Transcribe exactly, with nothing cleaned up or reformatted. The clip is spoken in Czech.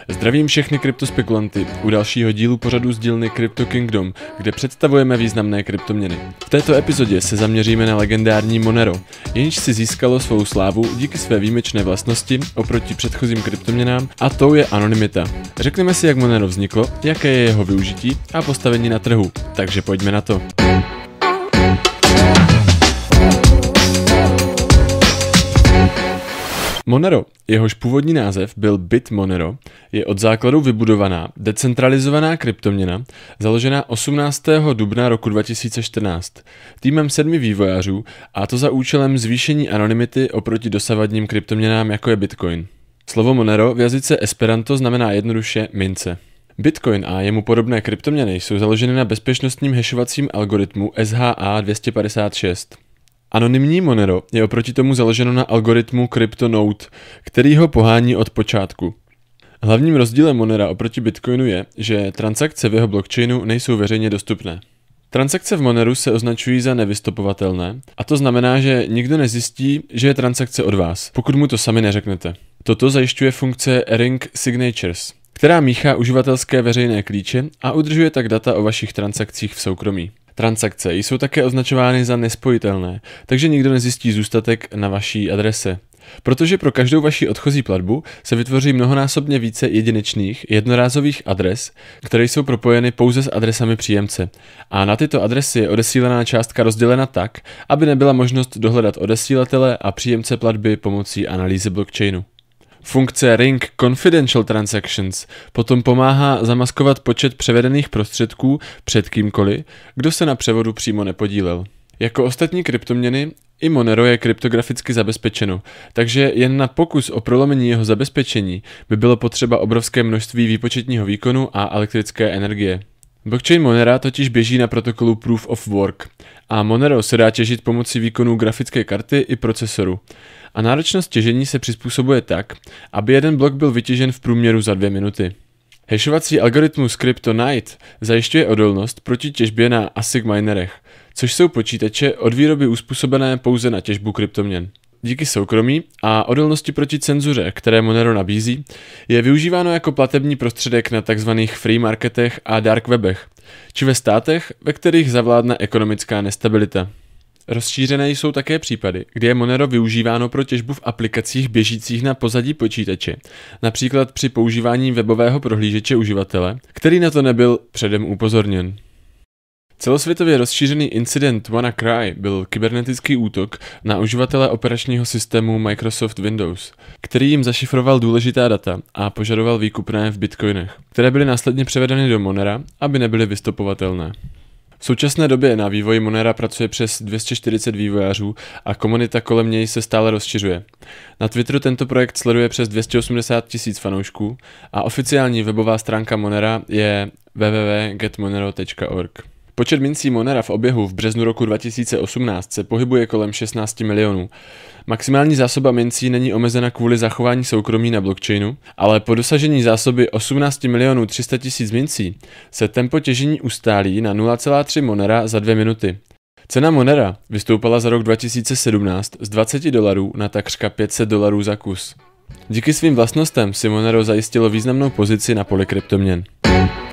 Zdravím všechny kryptospekulanty u dalšího dílu pořadu z dílny Crypto Kingdom, kde představujeme významné kryptoměny. V této epizodě se zaměříme na legendární Monero, jenž si získalo svou slávu díky své výjimečné vlastnosti oproti předchozím kryptoměnám, a tou je anonymita. Řekneme si, jak Monero vzniklo, jaké je jeho využití a postavení na trhu, takže pojďme na to. Monero, jehož původní název byl BitMonero, je od základu vybudovaná decentralizovaná kryptoměna, založená osmnáctého dubna roku dva tisíce čtrnáct týmem sedmi vývojářů, a to za účelem zvýšení anonymity oproti dosavadním kryptoměnám, jako je Bitcoin. Slovo Monero v jazyce Esperanto znamená jednoduše mince. Bitcoin a jemu podobné kryptoměny jsou založeny na bezpečnostním hashovacím algoritmu S H A dvě stě padesát šest. Anonymní Monero je oproti tomu založeno na algoritmu CryptoNote, který ho pohání od počátku. Hlavním rozdílem Monera oproti Bitcoinu je, že transakce v jeho blockchainu nejsou veřejně dostupné. Transakce v Moneru se označují za nevystopovatelné, a to znamená, že nikdo nezjistí, že je transakce od vás, pokud mu to sami neřeknete. Toto zajišťuje funkce Ring Signatures, která míchá uživatelské veřejné klíče a udržuje tak data o vašich transakcích v soukromí. Transakce jsou také označovány za nespojitelné, takže nikdo nezjistí zůstatek na vaší adrese. Protože pro každou vaši odchozí platbu se vytvoří mnohonásobně více jedinečných, jednorázových adres, které jsou propojeny pouze s adresami příjemce. A na tyto adresy je odesílaná částka rozdělena tak, aby nebyla možnost dohledat odesílatele a příjemce platby pomocí analýzy blockchainu. Funkce Ring Confidential Transactions potom pomáhá zamaskovat počet převedených prostředků před kýmkoliv, kdo se na převodu přímo nepodílel. Jako ostatní kryptoměny, i Monero je kryptograficky zabezpečeno, takže jen na pokus o prolomení jeho zabezpečení by bylo potřeba obrovské množství výpočetního výkonu a elektrické energie. Blockchain Monera totiž běží na protokolu Proof of Work a Monero se dá těžit pomocí výkonu grafické karty i procesoru. A náročnost těžení se přizpůsobuje tak, aby jeden blok byl vytěžen v průměru za dvě minuty. Hashovací algoritmus CryptoNight zajišťuje odolnost proti těžbě na A S I C minerech, což jsou počítače od výroby uspůsobené pouze na těžbu kryptoměn. Díky soukromí a odolnosti proti cenzuře, které Monero nabízí, je využíváno jako platební prostředek na tzv. Free marketech a dark webech, či ve státech, ve kterých zavládne ekonomická nestabilita. Rozšířené jsou také případy, kdy je Monero využíváno pro těžbu v aplikacích běžících na pozadí počítače, například při používání webového prohlížeče uživatele, který na to nebyl předem upozorněn. Celosvětově rozšířený incident WannaCry byl kybernetický útok na uživatele operačního systému Microsoft Windows, který jim zašifroval důležitá data a požadoval výkupné v bitcoinech, které byly následně převedeny do Monera, aby nebyly vystopovatelné. V současné době na vývoji Monera pracuje přes dvě stě čtyřicet vývojářů a komunita kolem něj se stále rozšiřuje. Na Twitteru tento projekt sleduje přes dvě stě osmdesát tisíc fanoušků a oficiální webová stránka Monera je w w w tečka get monero tečka org. Počet mincí Monera v oběhu v březnu roku dva tisíce osmnáct se pohybuje kolem šestnáct milionů. Maximální zásoba mincí není omezena kvůli zachování soukromí na blockchainu, ale po dosažení zásoby osmnáct milionů tři sta tisíc mincí se tempo těžení ustálí na nula celá tři Monera za dvě minuty. Cena Monera vystoupala za rok dva tisíce sedmnáct z dvacet dolarů na takřka pět set dolarů za kus. Díky svým vlastnostem si Monero zajistilo významnou pozici na poli kryptoměn.